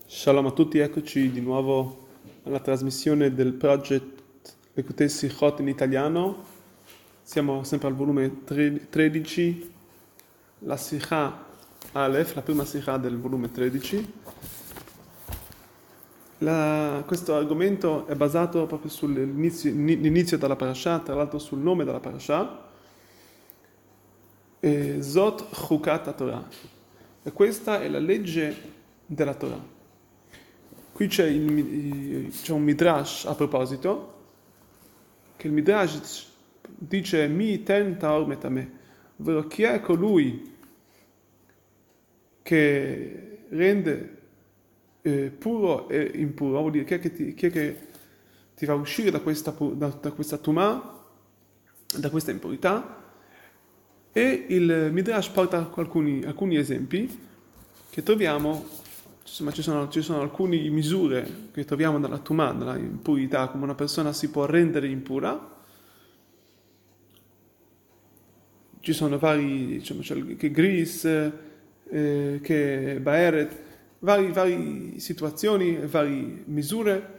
Shalom a tutti, eccoci di nuovo alla trasmissione del project Lekutei Sichot in italiano. Siamo sempre al volume 13, la Sikha Aleph, la prima Sikha del volume 13. Questo argomento è basato proprio sull'inizio della parasha, tra l'altro sul nome della parasha, Zot Chukat Torah. E questa è la legge della Torah. Qui c'è un midrash a proposito, che il midrash dice mi ten taor metameh, ovvero chi è colui che rende puro e impuro, vuol dire chi è che ti fa uscire da questa tumah, da questa impurità. E il midrash porta alcuni esempi che troviamo. Insomma, ci sono alcune misure che troviamo nella tumah, nella impurità, come una persona si può rendere impura. Ci sono vari, c'è che gris, che baeret, varie situazioni, varie misure.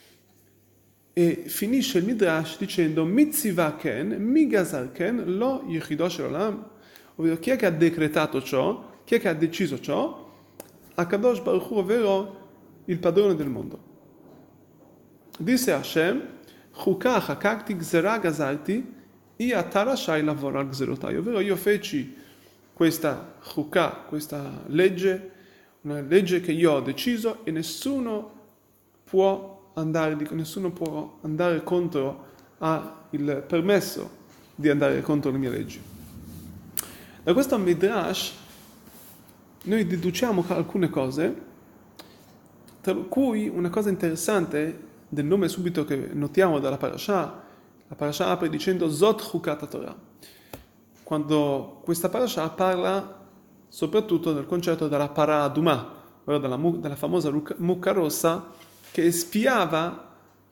E finisce il midrash dicendo mitziva ken, migazar ken, lo yichidosh olam, ovvero chi è che ha decretato ciò, chi è che ha deciso ciò? Akadosh Baruch Hu, ovvero il padrone del mondo. Disse Hashem, Chukah hakakti gzera gazarti, ata rashai lavor al gzerotai, ovvero io feci questa Chukah, questa legge, una legge che io ho deciso e nessuno può andare contro, ha il permesso di andare contro le mie leggi. Da questo midrash noi deduciamo alcune cose, tra cui una cosa interessante del nome subito che notiamo dalla parasha. La parasha apre dicendo Zot Chukat Torah, quando questa parasha parla soprattutto del concetto della Parah Adumah, ovvero della famosa mucca rossa che espiava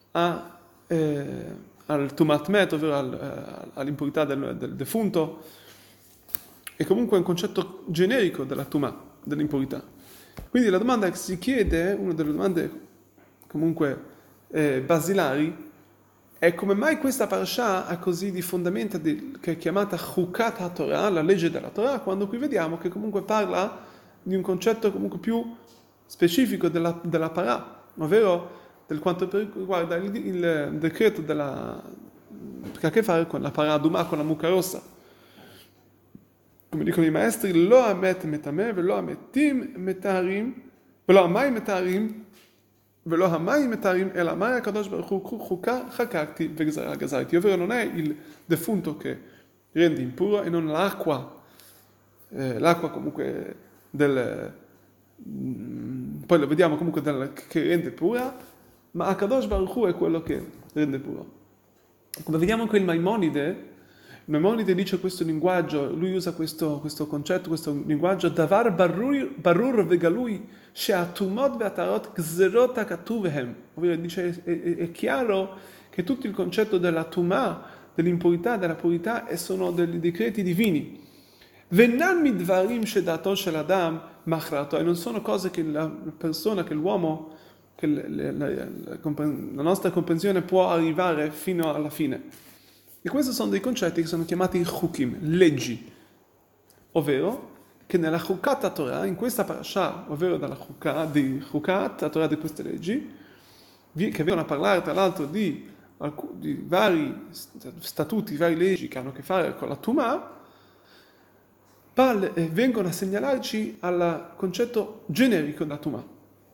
al Tumat Met, ovvero all'impurità del defunto. È comunque un concetto generico della Tumah, dell'impurità. Quindi la domanda che si chiede, una delle domande comunque basilari, è come mai questa parasha ha così di fondamenta che è chiamata Chukat HaTorah, la legge della Torah, quando qui vediamo che comunque parla di un concetto comunque più specifico della Parah, ovvero del quanto riguarda il decreto che ha a che fare con la Parah Adumah, con la mucca rossa. Come dicono i maestri, lo amet metameh, velo ametim metarim, velo amai metarim, velo amai metarim, el amai akadosh baruch hu chukah hakakti vegzara gazarti, ovvero non è il defunto che rende impuro e non l'acqua comunque poi lo vediamo comunque che rende pura, ma akadosh baruch hu è quello che rende puro. Come vediamo qui il Maimonide dice questo linguaggio, lui usa questo concetto, questo linguaggio, davar barur vegalui she'atumot ve'atarot gzerot hakatuvehem, ovvero dice è chiaro che tutto il concetto della tumah, dell'impurità, della purità sono dei decreti divini. Venan midvarim she'dato she'ladam machrato, e non sono cose che la persona, che l'uomo, che la nostra comprensione può arrivare fino alla fine. E questi sono dei concetti che sono chiamati chukim, leggi, ovvero che nella Chukat Torah, in questa parasha, ovvero dalla Chukat Torah di queste leggi, che vengono a parlare tra l'altro di vari statuti, varie leggi che hanno a che fare con la Tumah, vengono a segnalarci al concetto generico della Tumah.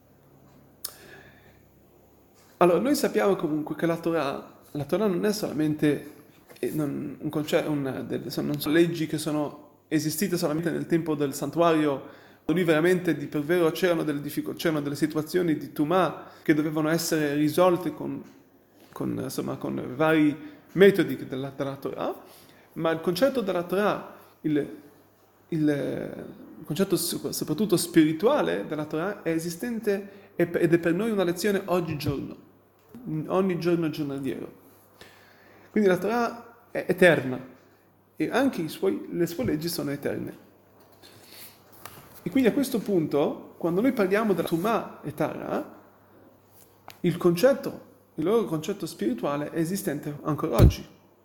Allora, noi sappiamo comunque che la Torah non è solamente non sono leggi che sono esistite solamente nel tempo del santuario, lì veramente per vero c'erano delle difficoltà, c'erano delle situazioni di Tumah che dovevano essere risolte con vari metodi della Torah, ma il concetto della Torah, il concetto soprattutto spirituale della Torah è esistente ed è per noi una lezione ogni giorno giornaliero. Quindi la Torah è eterna e anche le sue leggi sono eterne. E quindi a questo punto quando noi parliamo della Tumah e Tara, il loro concetto spirituale è esistente ancora oggi.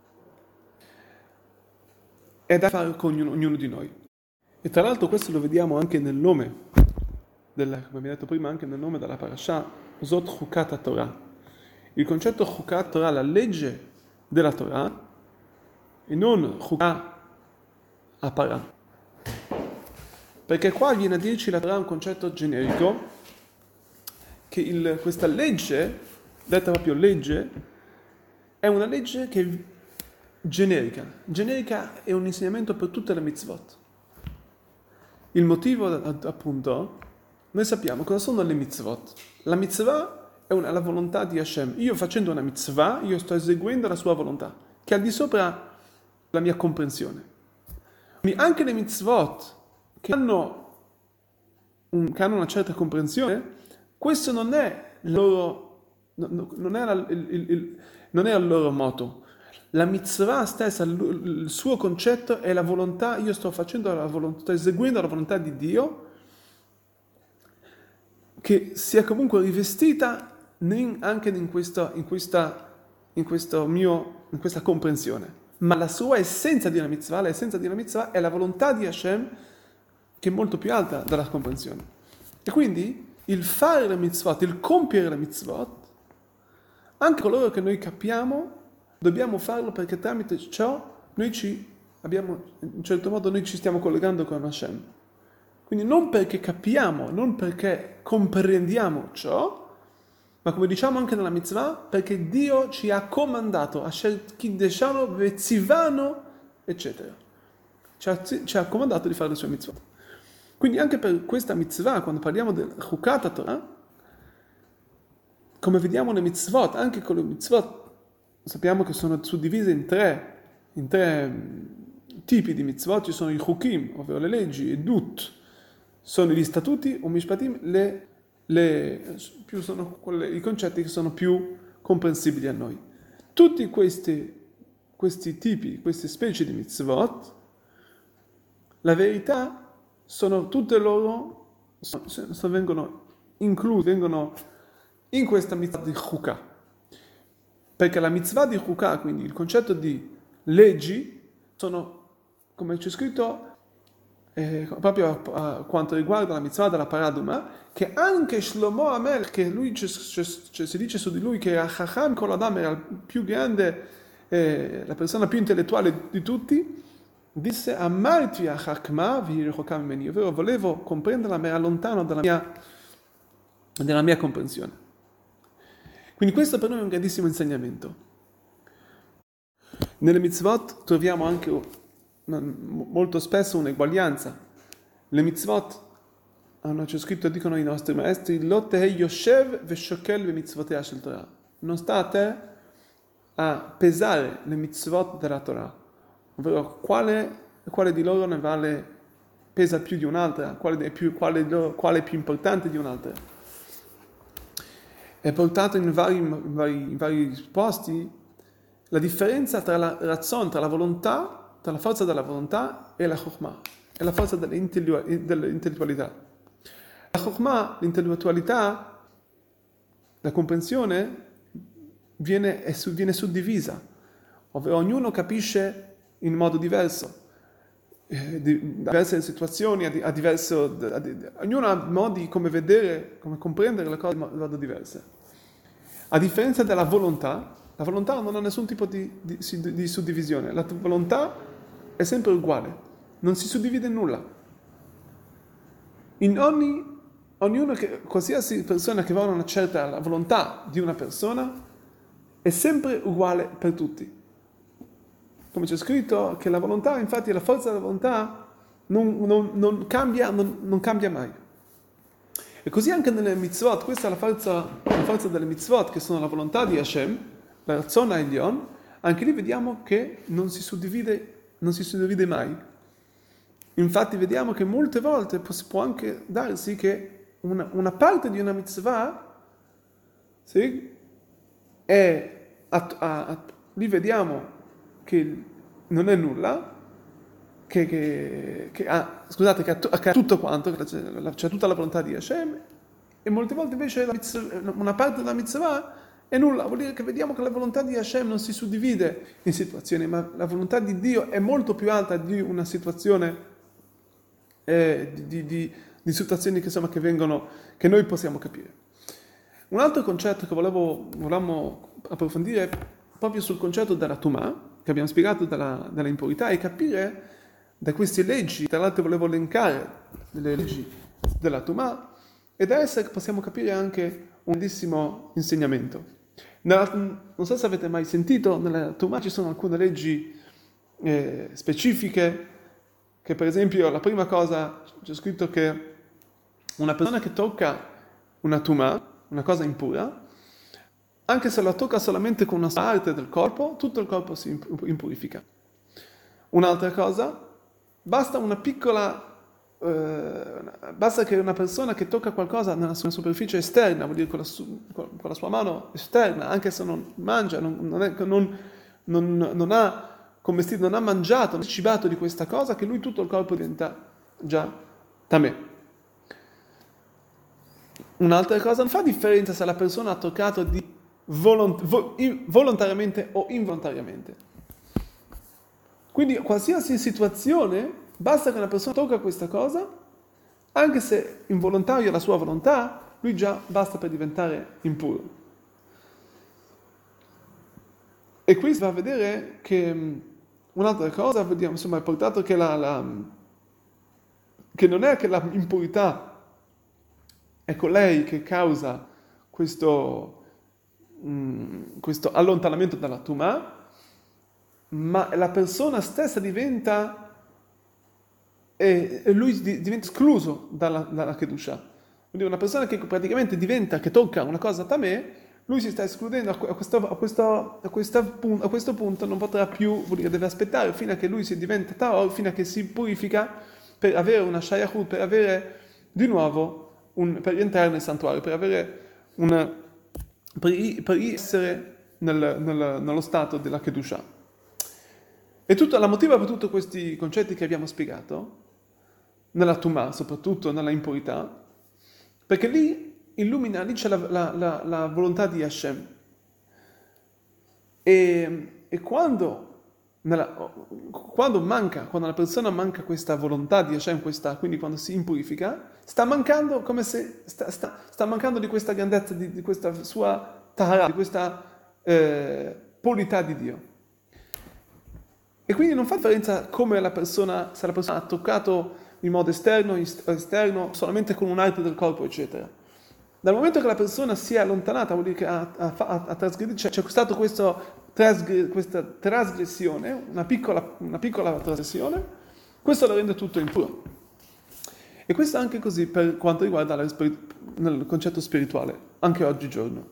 È da fare con ognuno di noi. E tra l'altro questo lo vediamo anche nel nome, come vi ho detto prima, anche nel nome della parasha, Zot Chukat Torah. Il concetto Chukat Torah, la legge della Torah, e non Chukat Apara. Perché qua viene a dirci la Torah un concetto generico, che questa legge, detta proprio legge, è una legge che è generica. Generica è un insegnamento per tutte le mitzvot. Il motivo, appunto, noi sappiamo cosa sono le mitzvot. La mitzvah è la volontà di Hashem. Io facendo una mitzvah, io sto eseguendo la sua volontà, che è al di sopra la mia comprensione. Quindi anche le mitzvot che hanno una certa comprensione, questo non è il loro motto. La mitzvah stessa, il suo concetto è la volontà, io sto eseguendo la volontà di Dio, che sia comunque rivestita anche in questa comprensione. Ma la sua essenza di una mitzvah, è la volontà di Hashem, che è molto più alta dalla comprensione. E quindi il fare le mitzvot, il compiere le mitzvot, anche coloro che noi capiamo, dobbiamo farlo perché tramite ciò in un certo modo noi ci stiamo collegando con Hashem. Quindi non perché capiamo, non perché comprendiamo ciò, ma come diciamo anche nella mitzvah, perché Dio ci ha comandato, eccetera. Ci ha comandato di fare le sue mitzvah. Quindi anche per questa mitzvah, quando parliamo del Chukat Torah, come vediamo le mitzvot, anche con le mitzvot, sappiamo che sono suddivise in tre tipi di mitzvot. Ci sono i chukim, ovvero le leggi, e dut, sono gli statuti, o mishpatim, sono i concetti che sono più comprensibili a noi. Tutti questi tipi, queste specie di mitzvot, la verità sono tutte loro, vengono incluse, vengono in questa mitzvah di Chukah. Perché la mitzvah di Chukah, quindi il concetto di leggi, sono, come c'è scritto, proprio a quanto riguarda la mitzvah della Paraduma, che anche Shlomo Amel, che lui si dice su di lui che Chacham Kol Adam era il più grande, la persona più intellettuale di tutti, disse Amarti Chachma v'yirchoka mimeni, ovvero volevo comprenderla ma era lontano dalla mia comprensione. Quindi questo per noi è un grandissimo insegnamento. Nelle mitzvot troviamo anche molto spesso un'eguaglianza. Le mitzvot, c'è scritto, dicono i nostri maestri, Lo tehei yoshev veshokel v'mitzvotea shel Torah. Non sta a te a pesare le mitzvot della Torah, ovvero quale di loro pesa più di un'altra, quale è più importante di un'altra. È portato in vari posti la differenza tra la razzon, tra la volontà, tra la forza della volontà e la chokhmah, e la forza dell'intellettualità. La chokhmah, l'intellettualità, la comprensione viene suddivisa, ovvero ognuno capisce in modo diverso, diverse situazioni, ognuno ha modi come vedere, come comprendere le cose in modo diverso. A differenza della volontà, la volontà non ha nessun tipo di suddivisione. La volontà è sempre uguale, non si suddivide in nulla. Qualsiasi persona che va una certa la volontà di una persona è sempre uguale per tutti. Come c'è scritto che la volontà, infatti, la forza della volontà non cambia mai. E così anche nelle mitzvot, questa è la forza delle mitzvot, che sono la volontà di Hashem, la Ratzon Elyon, anche lì vediamo che non si suddivide mai. Infatti vediamo che molte volte può anche darsi che una parte di una mitzvah, sì, lì vediamo che non è nulla, che ha tutto quanto, c'è tutta la volontà di Hashem, e molte volte invece una parte della mitzvah è nulla. Vuol dire che vediamo che la volontà di Hashem non si suddivide in situazioni, ma la volontà di Dio è molto più alta di una situazione, di situazioni che noi possiamo capire. Un altro concetto che volevamo approfondire proprio sul concetto della Tumah, che abbiamo spiegato dalla impurità, e capire da queste leggi. Tra l'altro volevo elencare le leggi della Tumah, e da esse possiamo capire anche un grandissimo insegnamento. Non so se avete mai sentito, nella Tumah ci sono alcune leggi specifiche, che per esempio la prima cosa c'è scritto che una persona che tocca una Tumah, una cosa impura, anche se la tocca solamente con una parte del corpo, tutto il corpo si impurifica. Un'altra cosa, basta che una persona che tocca qualcosa nella sua superficie esterna, vuol dire con la sua mano esterna, anche se non mangia, non ha commestito, non ha mangiato, non è cibato di questa cosa, che lui tutto il corpo diventa già tamè. Un'altra cosa, non fa differenza se la persona ha toccato volontariamente o involontariamente. Quindi qualsiasi situazione, basta che una persona tocca questa cosa, anche se involontaria la sua volontà, lui già basta per diventare impuro. E qui si va a vedere che un'altra cosa, vediamo, insomma, è portato che che non è che la impurità è colei che causa questo allontanamento dalla Tumah, ma la persona stessa lui diventa escluso dalla Kedusha. Quindi una persona che praticamente che tocca una cosa tamè, lui si sta escludendo a questo punto, non potrà più, vuol dire, deve aspettare fino a che lui si diventa Tahor, fino a che si purifica, per avere una Shayachut, per avere di nuovo per rientrare nel santuario, per essere nello stato della Kedusha. E la motiva per tutti questi concetti che abbiamo spiegato, nella Tumah, soprattutto nella impurità, perché lì c'è la volontà di Hashem. E quando la persona manca questa volontà di Hashem, quindi quando si impurifica, sta mancando come se sta mancando di questa grandezza, di questa sua tahara, di questa purità di Dio. E quindi non fa differenza come se la persona ha toccato in modo esterno, solamente con un'arte del corpo, eccetera. Dal momento che la persona si è allontanata, vuol dire che ha trasgredito, c'è stato questa trasgressione, una piccola trasgressione, questo lo rende tutto impuro. E questo anche così per quanto riguarda nel concetto spirituale, anche oggigiorno.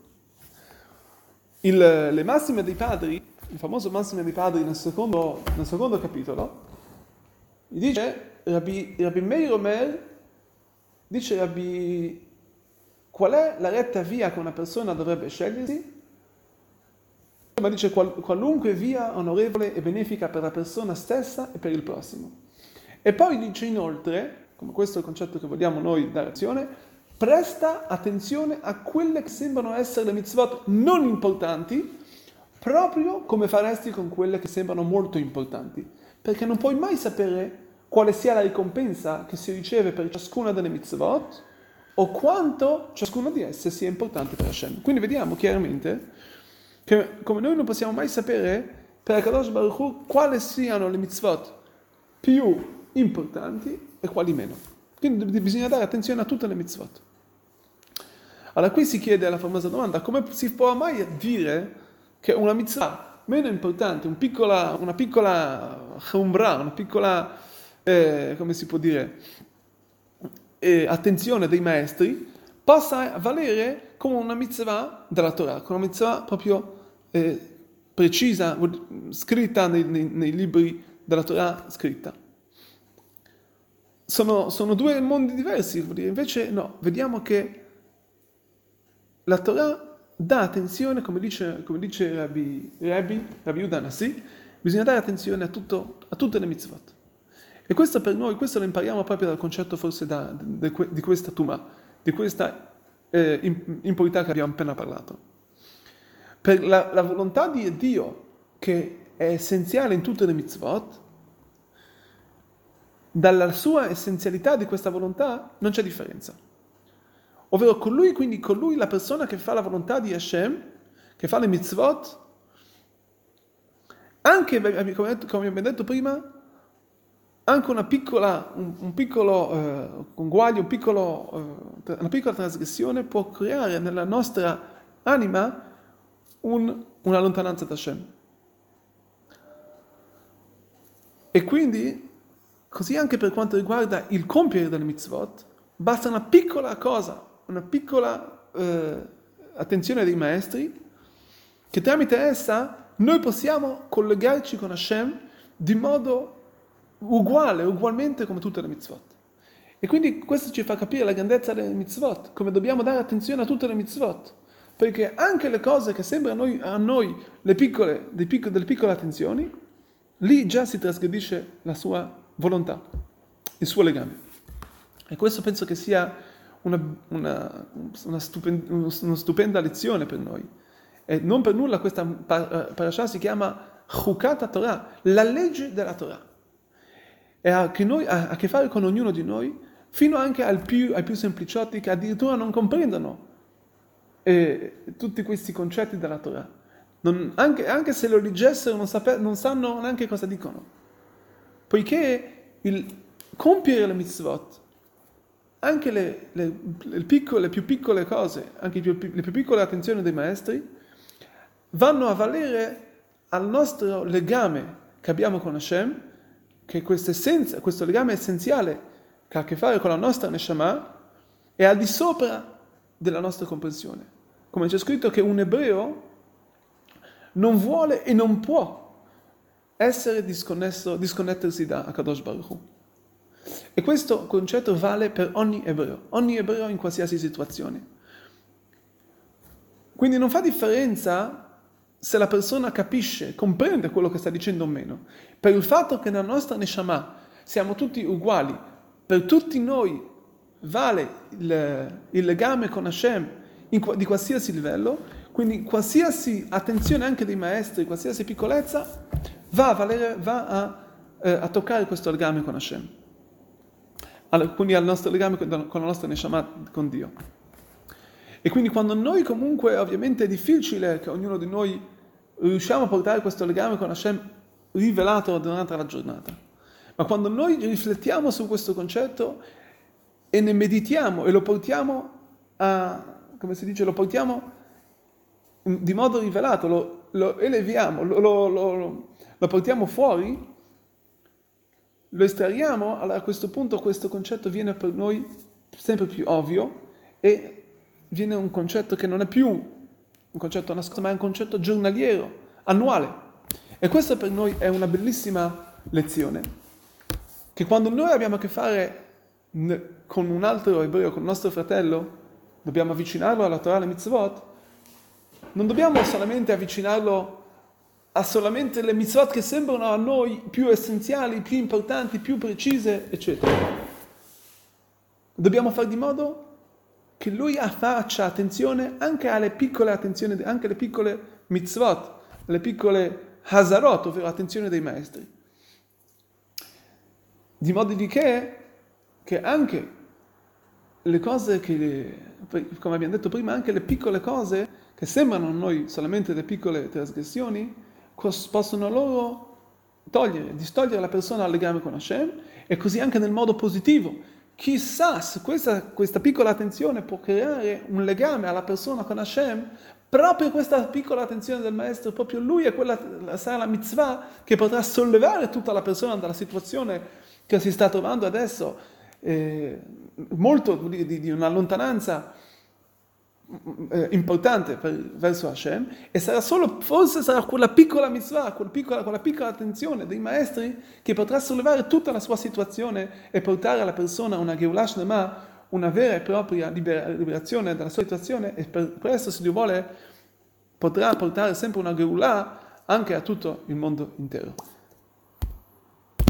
Le massime dei padri, il famoso massime dei padri nel secondo capitolo, dice Rabbi Meir Omer, dice Rabbi, qual è la retta via che una persona dovrebbe scegliersi? Ma dice qualunque via onorevole e benefica per la persona stessa e per il prossimo. E poi dice inoltre, come questo è il concetto che vogliamo noi dare azione, presta attenzione a quelle che sembrano essere le mitzvot non importanti, proprio come faresti con quelle che sembrano molto importanti, perché non puoi mai sapere quale sia la ricompensa che si riceve per ciascuna delle mitzvot o quanto ciascuna di esse sia importante per Hashem. Quindi vediamo chiaramente che come noi non possiamo mai sapere per Akadosh Baruch Hu quali siano le mitzvot più importanti e quali meno. Quindi bisogna dare attenzione a tutte le mitzvot. Allora qui si chiede la famosa domanda: come si può mai dire che una mitzvah meno importante, una piccola chumrah, una piccola, come si può dire, attenzione dei maestri, possa valere come una mitzvah della Torah, come una mitzvah proprio precisa, scritta nei libri della Torah scritta. Sono due mondi diversi, invece no, vediamo che la Torah dà attenzione, come dice Rabbi Yehuda Hanassi, bisogna dare attenzione a tutte le mitzvot. E questo per noi, questo lo impariamo proprio dal concetto forse di questa Tumah, di questa impurità che abbiamo appena parlato. Per la volontà di Dio, che è essenziale in tutte le mitzvot, dalla sua essenzialità di questa volontà non c'è differenza. Ovvero colui, la persona che fa la volontà di Hashem, che fa le mitzvot, anche, come abbiamo detto prima, anche un piccolo conguaglio, una piccola trasgressione può creare nella nostra anima una lontananza da Hashem. E quindi, così anche per quanto riguarda il compiere delle mitzvot, basta una piccola cosa, una piccola attenzione dei maestri, che tramite essa noi possiamo collegarci con Hashem di modo ugualmente come tutte le mitzvot. E quindi questo ci fa capire la grandezza delle mitzvot, come dobbiamo dare attenzione a tutte le mitzvot, perché anche le cose che sembrano a noi delle piccole attenzioni, lì già si trasgredisce la sua volontà, il suo legame. E questo penso che sia una stupenda lezione per noi. E non per nulla questa parasha si chiama Chukat Torah, la legge della Torah. E ha a che fare con ognuno di noi, fino anche ai più sempliciotti che addirittura non comprendono tutti questi concetti della Torah. Anche se lo leggessero non sanno neanche cosa dicono. Poiché il compiere le mitzvot, anche le più piccole cose, anche le più piccole attenzioni dei maestri, vanno a valere al nostro legame che abbiamo con Hashem, che questo legame essenziale che ha a che fare con la nostra Neshama è al di sopra della nostra comprensione. Come c'è scritto che un ebreo non vuole e non può disconnettersi da Akadosh Baruch Hu. E questo concetto vale per ogni ebreo in qualsiasi situazione. Quindi non fa differenza se la persona comprende quello che sta dicendo o meno. Per il fatto che nella nostra Neshama siamo tutti uguali, per tutti noi vale il legame con Hashem di qualsiasi livello, quindi qualsiasi attenzione anche dei maestri, qualsiasi piccolezza, va a toccare questo legame con Hashem. Quindi al nostro legame con la nostra Neshama, con Dio. E quindi quando noi comunque, ovviamente è difficile che ognuno di noi riusciamo a portare questo legame con Hashem rivelato durante la giornata. Ma quando noi riflettiamo su questo concetto e ne meditiamo e lo portiamo lo portiamo di modo rivelato, lo eleviamo, lo portiamo fuori, lo estraiamo, allora a questo punto questo concetto viene per noi sempre più ovvio e viene un concetto che non è più un concetto nascosto, ma è un concetto giornaliero, annuale. E questo per noi è una bellissima lezione, che quando noi abbiamo a che fare con un altro ebreo, con il nostro fratello, dobbiamo avvicinarlo alla Torah e alle mitzvot, non dobbiamo solamente avvicinarlo a solamente le mitzvot che sembrano a noi più essenziali, più importanti, più precise, eccetera. Dobbiamo fare di modo che lui faccia attenzione anche alle piccole attenzioni, anche alle piccole mitzvot, alle piccole hazarot, ovvero attenzione dei maestri. Di modo di che anche le cose come abbiamo detto prima, anche le piccole cose che sembrano a noi solamente le piccole trasgressioni, possono loro distogliere la persona dal legame con Hashem, e così anche nel modo positivo. Chissà se questa piccola attenzione può creare un legame alla persona con Hashem, proprio questa piccola attenzione del maestro, proprio lui sarà la mitzvah che potrà sollevare tutta la persona dalla situazione che si sta trovando adesso, molto di una lontananza importante verso Hashem, e forse sarà quella piccola mitzvah, quella piccola attenzione dei maestri che potrà sollevare tutta la sua situazione e portare alla persona una Geulah Shlema, una vera e propria liberazione dalla sua situazione, e per questo, se Dio vuole, potrà portare sempre una Geulah anche a tutto il mondo intero.